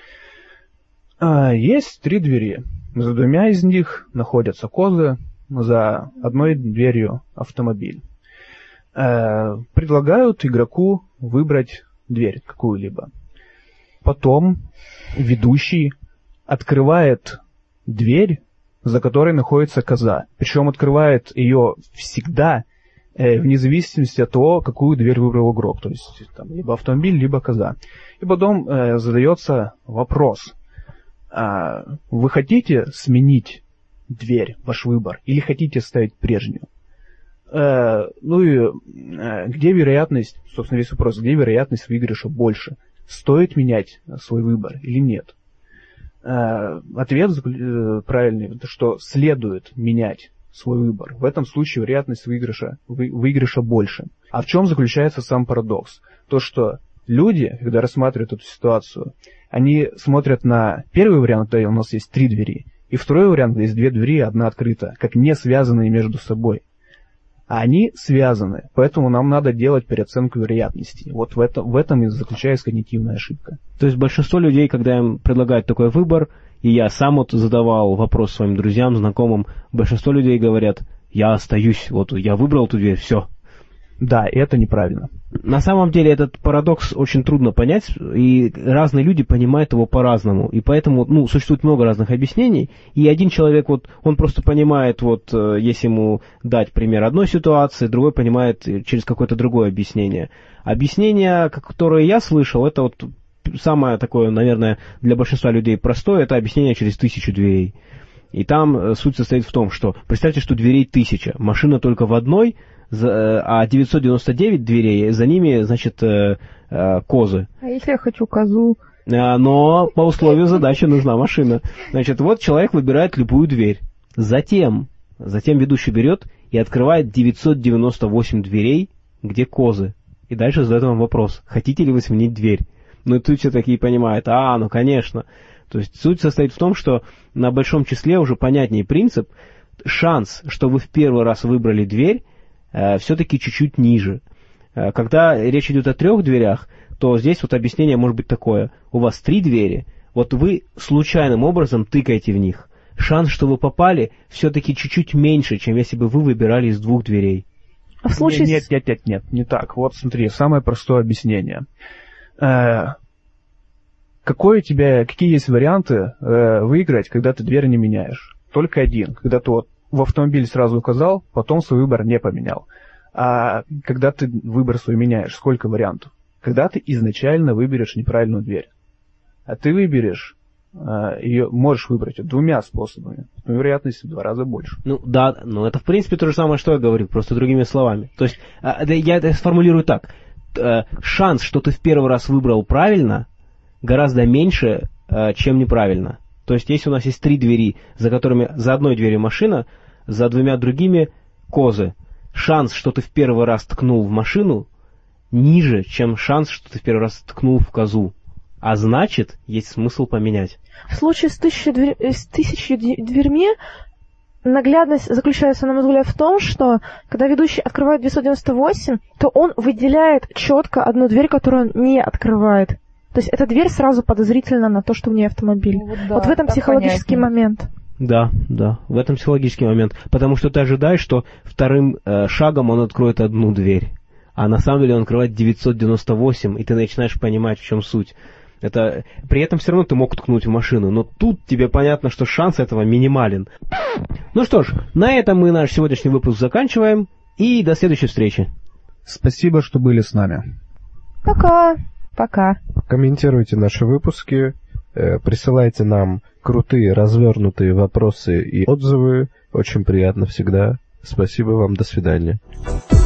B: Есть 3 двери. За 2 из них находятся козы, за 1 дверью автомобиль. Предлагают игроку выбрать дверь какую-либо. Потом ведущий открывает дверь, за которой находится коза. Причем открывает ее всегда, вне зависимости от того, какую дверь выбрал игрок. То есть там, либо автомобиль, либо коза. И потом задается вопрос. Вы хотите сменить дверь, ваш выбор, или хотите оставить прежнюю? Где вероятность, собственно, весь вопрос, где вероятность выигрыша больше? Стоит менять свой выбор или нет? Ответ правильный, что следует менять свой выбор. В этом случае вероятность выигрыша больше. А в чем заключается сам парадокс? То, что люди, когда рассматривают эту ситуацию, они смотрят на первый вариант, когда у нас есть 3 двери, и второй вариант, где есть 2 двери, 1 открыта, как не связанные между собой. А они связаны, поэтому нам надо делать переоценку вероятности. Вот в этом и заключается когнитивная ошибка.
A: То есть большинство людей, когда им предлагают такой выбор, и я сам вот задавал вопрос своим друзьям, знакомым, большинство людей говорят, я остаюсь, вот я выбрал эту дверь, все.
B: Да, и это неправильно.
A: На самом деле этот парадокс очень трудно понять, и разные люди понимают его по-разному. И поэтому, существует много разных объяснений, и один человек, он просто понимает, если ему дать пример одной ситуации, другой понимает через какое-то другое объяснение. Объяснение, которое я слышал, это самое такое, наверное, для большинства людей простое, это объяснение через 1000 дверей. И там суть состоит в том, что, представьте, что дверей 1000, машина только в одной, а 999 дверей, за ними, значит, козы.
D: А если я хочу козу?
A: Но по условию задачи нужна машина. Значит, вот человек выбирает любую дверь. Затем ведущий берет и открывает 998 дверей, где козы. И дальше задает вам вопрос, хотите ли вы сменить дверь? И тут все такие понимают, конечно. То есть суть состоит в том, что на большом числе уже понятнее принцип, шанс, что вы в первый раз выбрали дверь, все-таки чуть-чуть ниже. Когда речь идет о 3 дверях, то здесь объяснение может быть такое. У вас 3 двери, вы случайным образом тыкаете в них. Шанс, что вы попали, все-таки чуть-чуть меньше, чем если бы вы выбирали из 2 дверей.
C: А в случае...
B: Нет, не так. Вот смотри, самое простое объяснение. Какие есть варианты выиграть, когда ты дверь не меняешь? Только один. Когда ты в автомобиль сразу указал, потом свой выбор не поменял. А когда ты выбор свой меняешь, сколько вариантов? Когда ты изначально выберешь неправильную дверь. А ты выберешь, ее можешь выбрать 2 способами. Но вероятность в 2 раза больше.
A: Это в принципе то же самое, что я говорю, просто другими словами. То есть, я это сформулирую так. Шанс, что ты в первый раз выбрал правильно, гораздо меньше, чем неправильно. То есть, если у нас есть 3 двери, за 1 дверью машина, за 2 другими козы, шанс, что ты в первый раз ткнул в машину, ниже, чем шанс, что ты в первый раз ткнул в козу. А значит, есть смысл поменять.
C: В случае с 1000 дверьми наглядность заключается, на мой взгляд, в том, что когда ведущий открывает 998, то он выделяет четко одну дверь, которую он не открывает. То есть эта дверь сразу подозрительна на то, что в ней автомобиль.
D: Ну, да,
C: вот в этом психологический момент.
A: Да, в этом психологический момент. Потому что ты ожидаешь, что вторым шагом он откроет одну дверь. А на самом деле он открывает 998, и ты начинаешь понимать, в чем суть. При этом все равно ты мог ткнуть в машину, но тут тебе понятно, что шанс этого минимален. Ну что ж, на этом мы наш сегодняшний выпуск заканчиваем, и до следующей встречи.
F: Спасибо, что были с нами.
C: Пока.
D: Пока.
E: Комментируйте наши выпуски, присылайте нам крутые, развернутые вопросы и отзывы. Очень приятно всегда. Спасибо вам, до свидания.